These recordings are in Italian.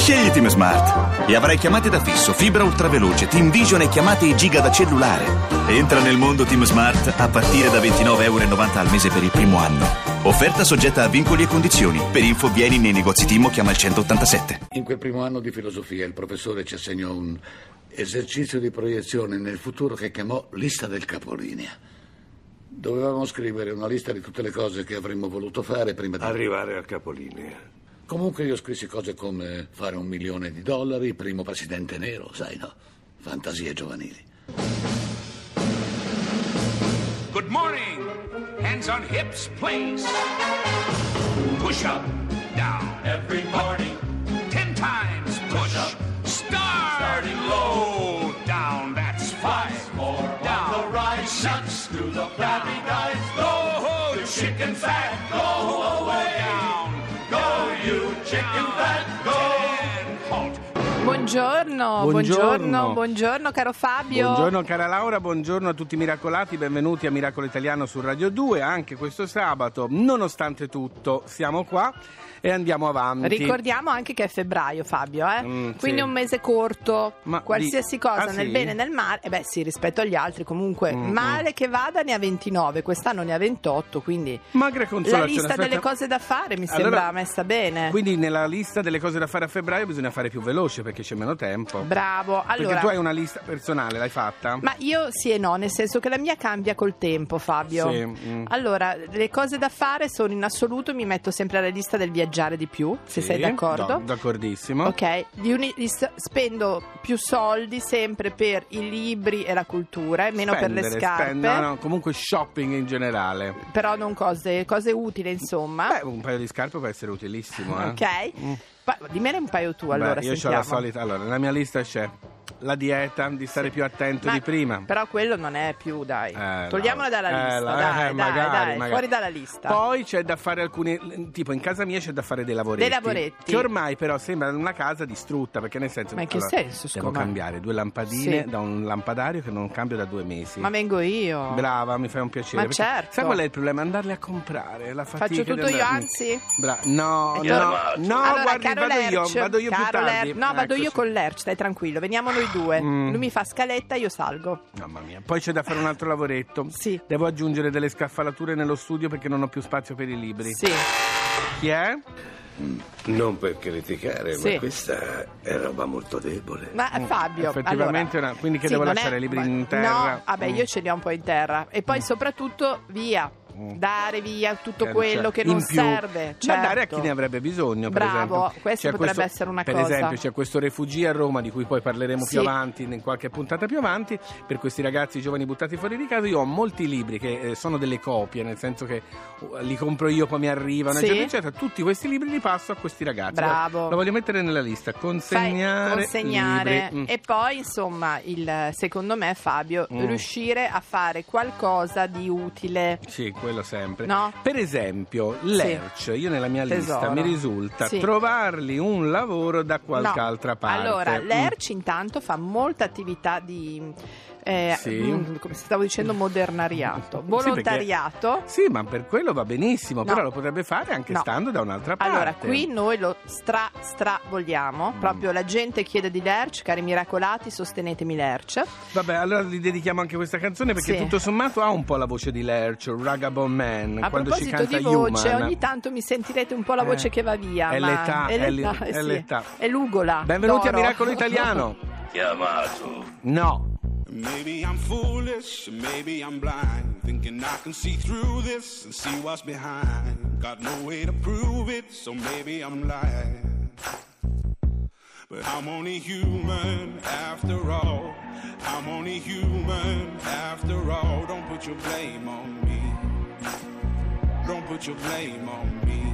Scegli Team Smart e avrai chiamate da fisso, fibra ultraveloce, Team Vision e chiamate giga da cellulare. Entra nel mondo Team Smart a partire da €29,90 al mese per il primo anno. Offerta soggetta a vincoli e condizioni. Per info vieni nei negozi Team o chiama il 187. In quel primo anno di filosofia il professore ci assegnò un esercizio di proiezione nel futuro che chiamò lista del capolinea. Dovevamo scrivere una lista di tutte le cose che avremmo voluto fare prima di arrivare al capolinea. Comunque io scrissi cose come fare $1 milione, primo presidente nero, sai, no? Fantasie giovanili. Good morning. Hands on hips, please. Push up, down. Every morning. 10 times push up. Starting low, down. That's 5 more. Down. On the right. 6 to the flabby guys. Go, chicken fat. Go away. Down. Go, you chicken fat. Go. Halt. Buongiorno caro Fabio. Buongiorno cara Laura, buongiorno a tutti i miracolati, benvenuti a Miracolo Italiano su Radio 2, anche questo sabato. Nonostante tutto siamo qua e andiamo avanti. Ricordiamo anche che è febbraio, Fabio, quindi sì. Un mese corto. Ma qualsiasi cosa nel sì? bene e nel male, sì, rispetto agli altri comunque. Male che vada ne ha 29, quest'anno ne ha 28, quindi magra consolazione. La lista delle cose da fare mi sembra messa bene. Quindi nella lista delle cose da fare a febbraio bisogna fare più veloce perché c'è meno tempo. Bravo. Allora, perché tu hai una lista personale, l'hai fatta? Ma io sì e no, nel senso che la mia cambia col tempo, Fabio. Sì. Allora, le cose da fare sono in assoluto, mi metto sempre alla lista del viaggiare di più, se sei d'accordo. D'accordissimo. Ok, spendo più soldi sempre per i libri e la cultura e meno per le scarpe. No, comunque shopping in generale. Però non cose utili, insomma. Beh, un paio di scarpe può essere utilissimo, Ok. Dimmene un paio tu, allora. Io ho la solita. Allora, nella mia lista c'è la dieta, di stare più attento di prima. Però quello non è più, dai. Togliamola dalla lista, magari. Fuori dalla lista. Poi c'è da fare alcuni, tipo in casa mia c'è da fare dei lavoretti. Che ormai però sembra una casa distrutta, perché nel senso... Ma in che senso, devo cambiare 2 lampadine da un lampadario che non cambio da 2 mesi. Ma vengo io. Brava, mi fai un piacere. Ma certo. Sai qual è il problema? Andarle a comprare, la fatica. Faccio tutto io, anzi? No, allora, guardi, vado io più tardi. Vado io con l'Erc, stai tranquillo, veniamo noi due. Lui mi fa scaletta, io salgo. Mamma mia. Poi c'è da fare un altro lavoretto. Sì. Devo aggiungere delle scaffalature nello studio perché non ho più spazio per i libri. Sì. Chi è? Non per criticare, ma questa è roba molto debole. Ma Fabio, effettivamente allora, quindi che devo lasciare i libri in terra? No, io ce li ho un po' in terra. E poi soprattutto via. Dare via tutto quello che non serve, da dare a chi ne avrebbe bisogno. Per esempio, questo potrebbe essere una cosa. Per esempio c'è questo refugi a Roma di cui poi parleremo più avanti, in qualche puntata più avanti, per questi ragazzi giovani buttati fuori di casa. Io ho molti libri che sono delle copie, nel senso che li compro io, poi mi arrivano, eccetera, eccetera. Tutti questi libri li passo a questi ragazzi. Bravo. Lo voglio mettere nella lista, consegnare libri. E poi insomma secondo me, Fabio, riuscire a fare qualcosa di utile. Sì, quello sempre. No? Per esempio, l'Erc, io nella mia lista mi risulta trovargli un lavoro da qualche altra parte. Allora, l'Erc intanto fa molta attività di come stavo dicendo, modernariato, volontariato. Sì, ma per quello va benissimo, però lo potrebbe fare anche stando da un'altra parte. Allora, qui noi lo stra vogliamo, proprio la gente chiede di l'Erc, cari miracolati, sostenetemi l'Erc. Vabbè, allora gli dedichiamo anche questa canzone perché tutto sommato ha un po' la voce di l'Erc, Ragabond Man, a quando ci canta di voce, Human. ogni tanto mi sentirete un po' la voce che va via. È l'età. È l'ugola. Benvenuti a Miracolo Italiano. Chiamato. No. Maybe I'm foolish, maybe I'm blind, thinking I can see through this and see what's behind. Got no way to prove it, so maybe I'm lying. But I'm only human after all. I'm only human after all. Don't put your blame on me. Don't put your blame on me.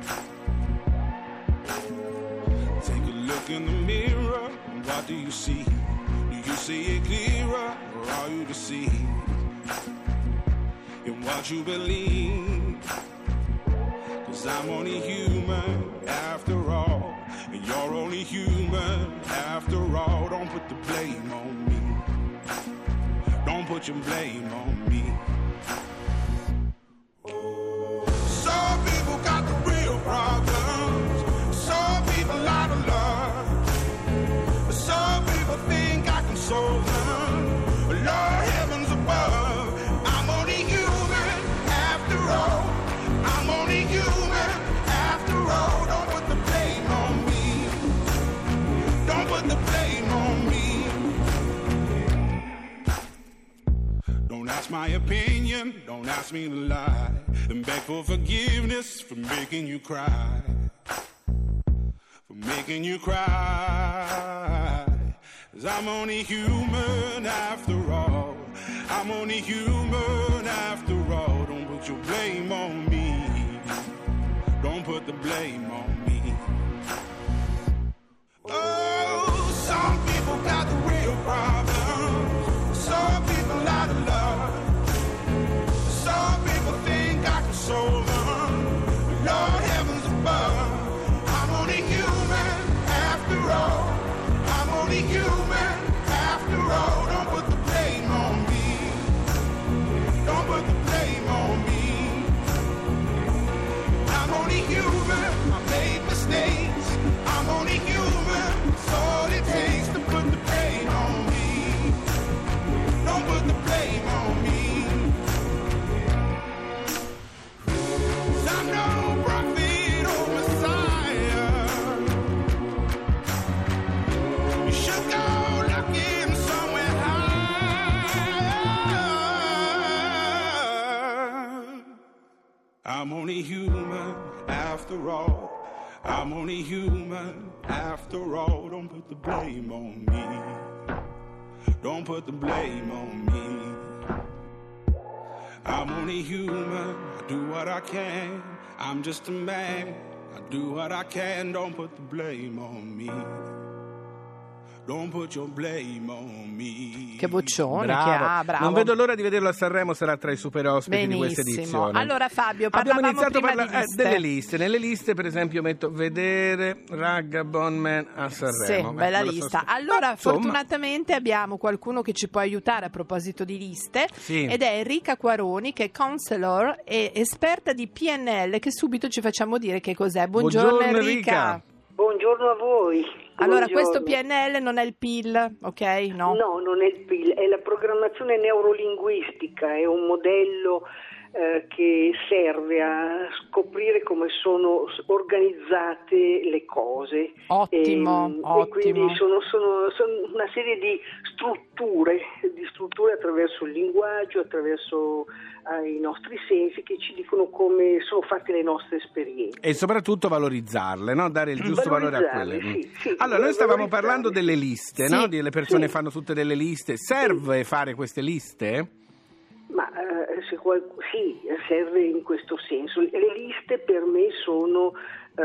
Take a look in the mirror, what do you see? Do you see it clearer, or are you deceived in what you believe? 'Cause I'm only human after all, and you're only human after all. Don't put the blame on me. Don't put your blame on me. Some people got the real problems. Some people out of love. my opinion, don't ask me to lie, then beg for forgiveness for making you cry. For making you cry. 'Cause I'm only human after all. I'm only human after all. Don't put your blame on me. Don't put the blame on me. Oh, some people got the real problem. Some people out of love. Some people think I can solve them. Lord heavens above. I'm only human after all. I'm only human after all. Don't put the blame on me. Don't put the blame on me. I'm only human. I made mistakes. I'm only human. It's all it takes to put the blame on me. Don't put the blame on me. 'Cause I'm no prophet or Messiah. You should go looking somewhere higher. I'm only human after all. I'm only human after all. Don't put the blame on me. Don't put the blame on me. I'm only human. I do what I can. I'm just a man. I do what I can. Don't put the blame on me. Don't put your blame on me. Che vocione Bravo. che ha, bravo. Non vedo l'ora di vederlo a Sanremo, sarà tra i super ospiti Benissimo. di questa edizione. Allora Fabio, abbiamo parlavamo iniziato a prima parlare di liste. delle liste. Nelle liste, per esempio, metto vedere Ragabon Man a Sanremo. Sì, bella me lo so lista. scrivere. Allora, Insomma, fortunatamente abbiamo qualcuno che ci può aiutare a proposito di liste, Sì. ed è Enrica Quaroni, che è counselor e esperta di PNL, che subito ci facciamo dire che cos'è. Buongiorno Enrica. Buongiorno a voi. Allora, Buongiorno. questo PNL non è il PIL, ok? No. No, non è il PIL, è la programmazione neurolinguistica, è un modello che serve a scoprire come sono organizzate le cose. Ottimo, E ottimo. quindi sono una serie di strutture attraverso il linguaggio, attraverso i nostri sensi, che ci dicono come sono fatte le nostre esperienze. E soprattutto valorizzarle, no? Dare il giusto valore a quelle. Sì, allora, noi stavamo parlando delle liste, Sì. no? Le persone Sì. fanno tutte delle liste. Serve fare queste liste? Ma sì, serve in questo senso. Le liste per me sono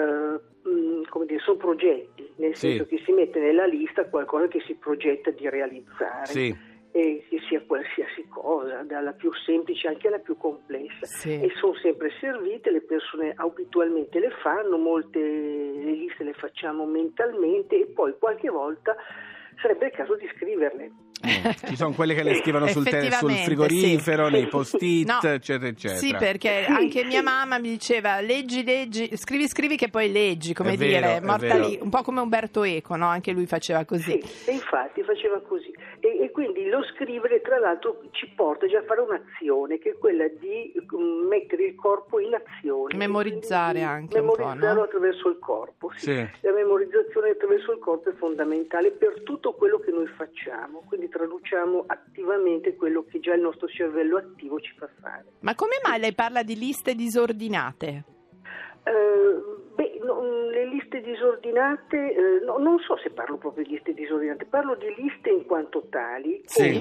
sono progetti, nel senso che si mette nella lista qualcosa che si progetta di realizzare. Sì. E che sia qualsiasi cosa, dalla più semplice anche alla più complessa. Sì. E sono sempre servite, le persone abitualmente le fanno, molte le liste le facciamo mentalmente, e poi qualche volta sarebbe il caso di scriverle. Ci sono quelle che le scrivono sul Effettivamente, frigorifero, sì. nei post-it, No. eccetera, eccetera. Sì, perché Sì, anche sì. mia mamma mi diceva leggi, scrivi che poi leggi, come È dire, vero, è morta vero. lì, un po' come Umberto Eco, no? Anche lui faceva così. Sì, e infatti faceva così. E quindi lo scrivere, tra l'altro, ci porta già a fare un'azione, che è quella di mettere il corpo in azione. Memorizzare Quindi anche un po', memorizzarlo no? attraverso il corpo. Sì. Sì. La memorizzazione attraverso il corpo è fondamentale per tutto quello che noi facciamo, quindi traduciamo attivamente quello che già il nostro cervello attivo ci fa fare. Ma come mai lei parla di liste disordinate? Le liste disordinate, non so se parlo proprio di liste disordinate, parlo di liste in quanto tali, Sì.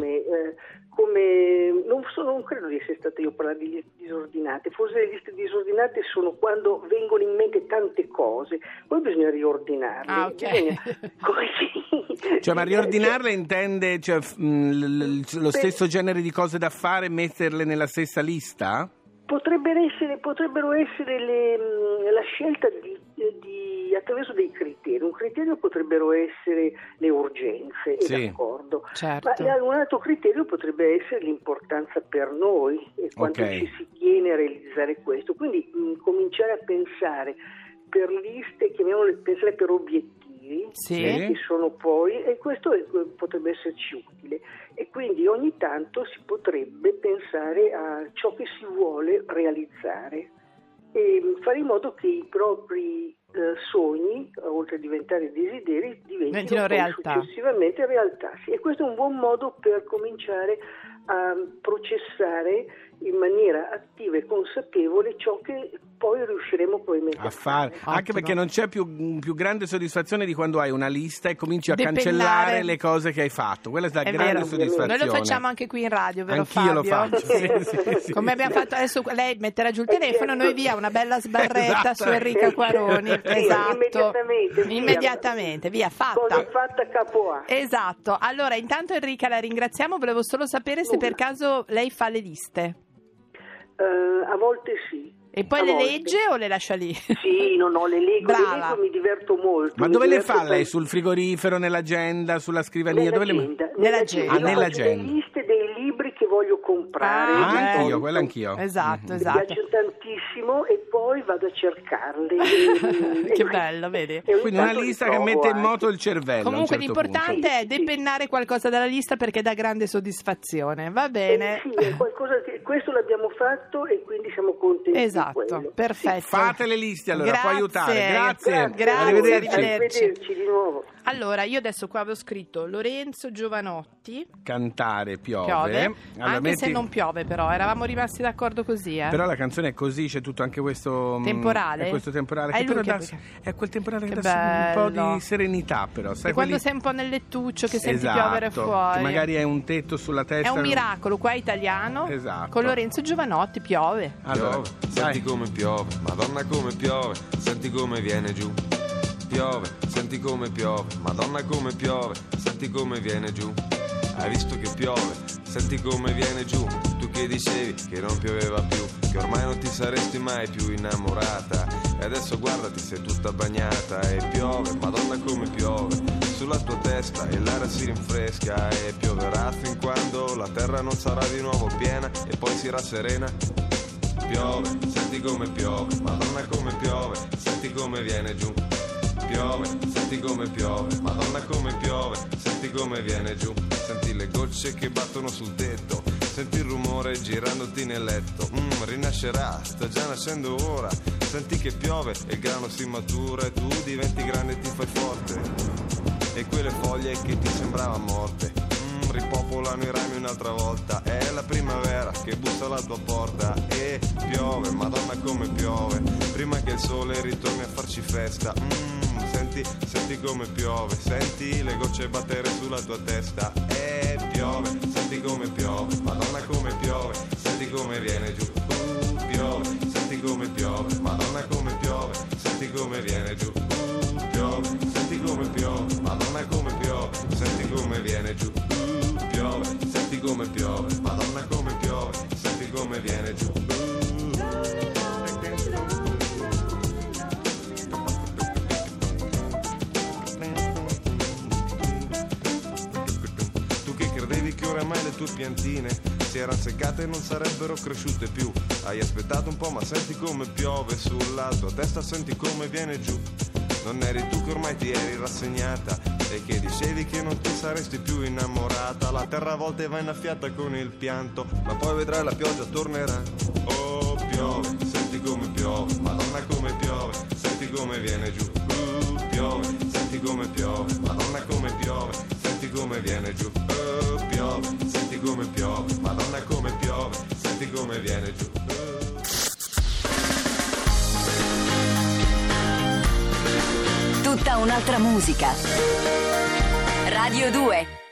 non credo di essere stata io a parlare di liste disordinate. Forse le liste disordinate sono quando vengono in mente tante cose, poi bisogna riordinarle. Ah, ok. Cioè, ma riordinarle intende lo stesso genere di cose da fare e metterle nella stessa lista? Potrebbero essere la scelta di attraverso dei criteri. Un criterio potrebbero essere le urgenze, Sì, d'accordo. certo. Ma un altro criterio potrebbe essere l'importanza per noi e quanto Ok. ci si tiene a realizzare questo. Quindi cominciare a pensare per liste, pensare per obiettivi, Sì. che sono poi, e questo potrebbe esserci utile. E quindi ogni tanto si potrebbe pensare a ciò che si vuole realizzare e fare in modo che i propri sogni, oltre a diventare desideri, diventino realtà. Successivamente realtà. Sì. E questo è un buon modo per cominciare a processare in maniera attiva e consapevole ciò che poi riusciremo probabilmente a fare. Anche perché non c'è più grande soddisfazione di quando hai una lista e cominci a Depennare. cancellare le cose che hai fatto. Quella è la grande soddisfazione. Noi lo facciamo anche qui in radio, vero Anch'io Fabio? lo faccio. Sì. Come abbiamo fatto adesso, lei metterà giù il telefono, noi via una bella sbarretta su Enrica Quaroni. Esatto. Immediatamente, via, fatta. Cosa fatta capo A. Esatto. Allora, intanto Enrica la ringraziamo, volevo solo sapere se per caso lei fa le liste. A volte sì. E poi le legge o le lascia lì? Sì, no, le leggo, mi diverto molto. Ma dove le fa lei? Sul frigorifero, nell'agenda, sulla scrivania? Nell'agenda. Nell'agenda. Le liste dei libri che voglio comprare. Quella anch'io. Esatto. Mi piacciono tantissimo e poi vado a cercarle. Che bello, vedi? Quindi una lista che mette in moto il cervello. Comunque a un certo l'importante è depennare qualcosa dalla lista perché dà grande soddisfazione. Va bene? Sì, è qualcosa che questo l'abbiamo fatto e quindi siamo contenti. Esatto, perfetto. Fate le liste allora, può aiutare. Grazie. Arrivederci di nuovo. Allora, io adesso qua avevo scritto Lorenzo Giovanotti. Cantare piove. Allora, anche se non piove, però eravamo rimasti d'accordo così. Però la canzone è così, c'è tutto anche questo temporale. È questo temporale è che però è quel temporale che dà un po' di serenità, però. Sai, quando sei un po' nel lettuccio che senti piovere fuori. Che magari hai un tetto sulla testa. È un miracolo, qua è italiano. Esatto. Con Lorenzo Giovanotti piove. Allora, senti come piove, Madonna come piove, senti come viene giù. Piove, senti come piove, Madonna come piove, senti come viene giù. Hai visto che piove, senti come viene giù. Tu che dicevi che non pioveva più, che ormai non ti saresti mai più innamorata. E adesso guardati, sei tutta bagnata. E piove, Madonna come piove, sulla tua testa e l'aria si rinfresca. E pioverà fin quando la terra non sarà di nuovo piena e poi si rasserena. Piove, senti come piove, Madonna come piove, senti come viene giù. Piove, senti come piove, Madonna come piove, senti come viene giù. Senti le gocce che battono sul tetto, senti il rumore girandoti nel letto. Rinascerà, sta già nascendo ora. Senti che piove e il grano si matura e tu diventi grande e ti fai forte. E quelle foglie che ti sembravano morte ripopolano i rami un'altra volta. È la primavera che bussa alla tua porta. E piove, Madonna come piove, prima che il sole ritorni a farci festa. Senti come piove, senti le gocce battere sulla tua testa. E piove, senti come piove, Madonna come piove, senti come viene giù. Piove, senti come piove, Madonna come piove, senti come viene giù. Piove, senti come piove, Madonna come piove, senti come viene giù. Piove, senti come piove, Madonna come piove, senti come viene giù. Oramai le tue piantine si erano seccate e non sarebbero cresciute più. Hai aspettato un po' ma senti come piove sulla tua testa, senti come viene giù. Non eri tu che ormai ti eri rassegnata e che dicevi che non ti saresti più innamorata. La terra a volte va innaffiata con il pianto, ma poi vedrai la pioggia tornerà. Oh piove, senti come piove, Madonna come piove, senti come viene giù. Piove, senti come piove, Madonna come piove, senti come viene giù. Piove, senti come piove, Madonna come piove, senti come viene giù. Tutta un'altra musica. Radio 2.